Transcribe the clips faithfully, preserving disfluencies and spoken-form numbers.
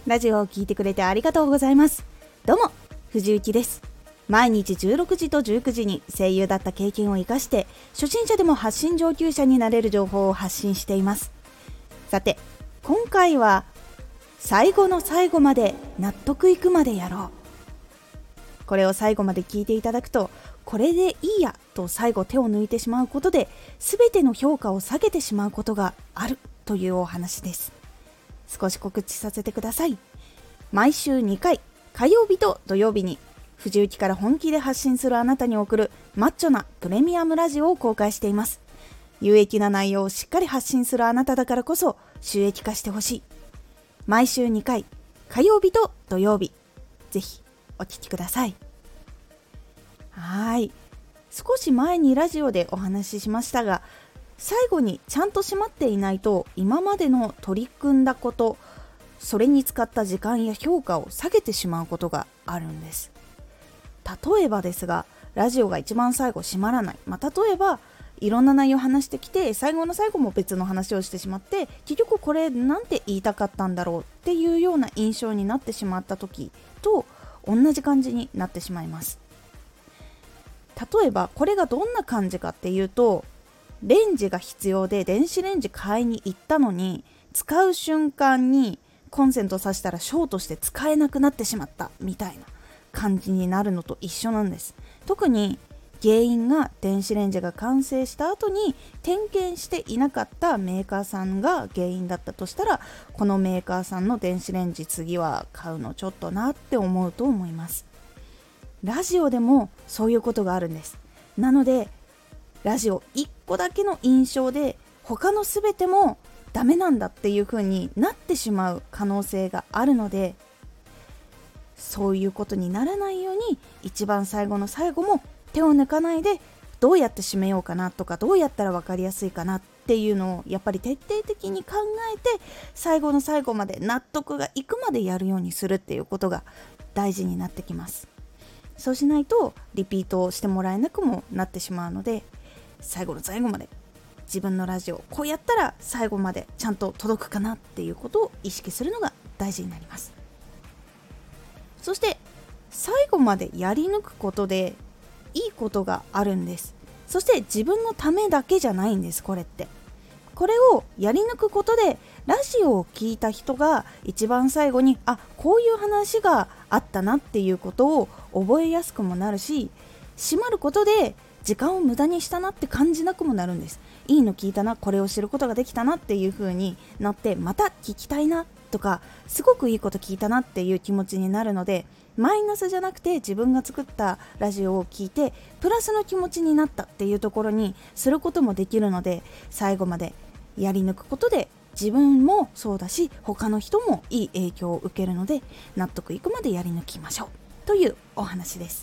ラジオを聞いてくれてありがとうございます。どうも藤幸です。毎日じゅうろくじとじゅうくじに声優だった経験を生かして初心者でも発信上級者になれる情報を発信しています。さて今回は最後の最後まで納得いくまでやろう。これを最後まで聞いていただくと、これでいいやと最後手を抜いてしまうことで全ての評価を下げてしまうことがあるというお話です。少し告知させてください。毎週にかい、火曜日と土曜日に藤雪から本気で発信するあなたに送るマッチョなプレミアムラジオを公開しています。有益な内容をしっかり発信するあなただからこそ収益化してほしい。毎週にかい、火曜日と土曜日、ぜひお聞きください。はい、少し前にラジオでお話ししましたが、最後にちゃんと締まっていないと今までの取り組んだこと、それに使った時間や評価を下げてしまうことがあるんです。例えばですが、ラジオが一番最後締まらない、まあ、例えばいろんな内容を話してきて最後の最後も別の話をしてしまって、結局これなんて言いたかったんだろうっていうような印象になってしまった時と同じ感じになってしまいます。例えばこれがどんな感じかっていうと、レンジが必要で電子レンジ買いに行ったのに、使う瞬間にコンセント挿したらショートして使えなくなってしまったみたいな感じになるのと一緒なんです。特に原因が電子レンジが完成した後に点検していなかったメーカーさんが原因だったとしたら、このメーカーさんの電子レンジ次は買うのちょっとなって思うと思います。ラジオでもそういうことがあるんです。なのでラジオいっこだけの印象で他のすべてもダメなんだっていう風になってしまう可能性があるので、そういうことにならないように一番最後の最後も手を抜かないで、どうやって締めようかなとか、どうやったら分かりやすいかなっていうのをやっぱり徹底的に考えて、最後の最後まで納得がいくまでやるようにするっていうことが大事になってきます。そうしないとリピートをしてもらえなくもなってしまうので、最後の最後まで自分のラジオこうやったら最後までちゃんと届くかなっていうことを意識するのが大事になります。そして最後までやり抜くことでいいことがあるんです。そして自分のためだけじゃないんです。これってこれをやり抜くことでラジオを聞いた人が一番最後に、あ、こういう話があったなっていうことを覚えやすくもなるし、締まることで時間を無駄にしたなって感じなくもなるんです。いいの聞いたな、これを知ることができたなっていう風になって、また聞きたいなとか、すごくいいこと聞いたなっていう気持ちになるので、マイナスじゃなくて自分が作ったラジオを聞いてプラスの気持ちになったっていうところにすることもできるので、最後までやり抜くことで自分もそうだし他の人もいい影響を受けるので、納得いくまでやり抜きましょうというお話です。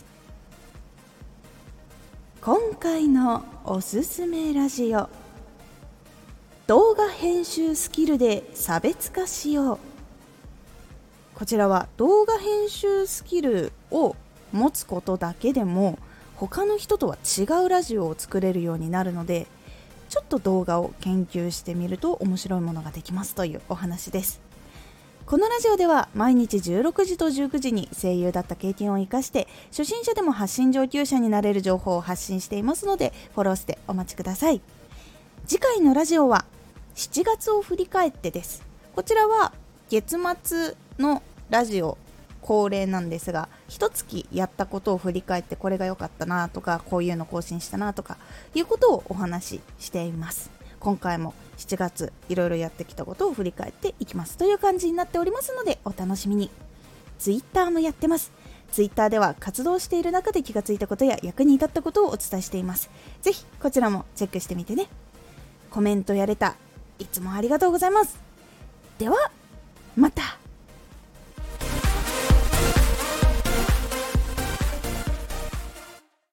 今回のおすすめラジオ、動画編集スキルで差別化しよう。こちらは動画編集スキルを持つことだけでも他の人とは違うラジオを作れるようになるので、ちょっと動画を研究してみると面白いものができますというお話です。このラジオでは毎日じゅうろくじとじゅうくじに声優だった経験を生かして初心者でも発信上級者になれる情報を発信していますので、フォローしてお待ちください。次回のラジオはしちがつを振り返ってです。こちらは月末のラジオ恒例なんですが、一月やったことを振り返って、これが良かったなとか、こういうの更新したなとかいうことをお話ししています。今回もしちがついろいろやってきたことを振り返っていきますという感じになっておりますので、お楽しみに。ツイッターもやってます。ツイッターでは活動している中で気がついたことや役に立ったことをお伝えしています。ぜひこちらもチェックしてみてね。コメントやれた、いつもありがとうございます。ではまた。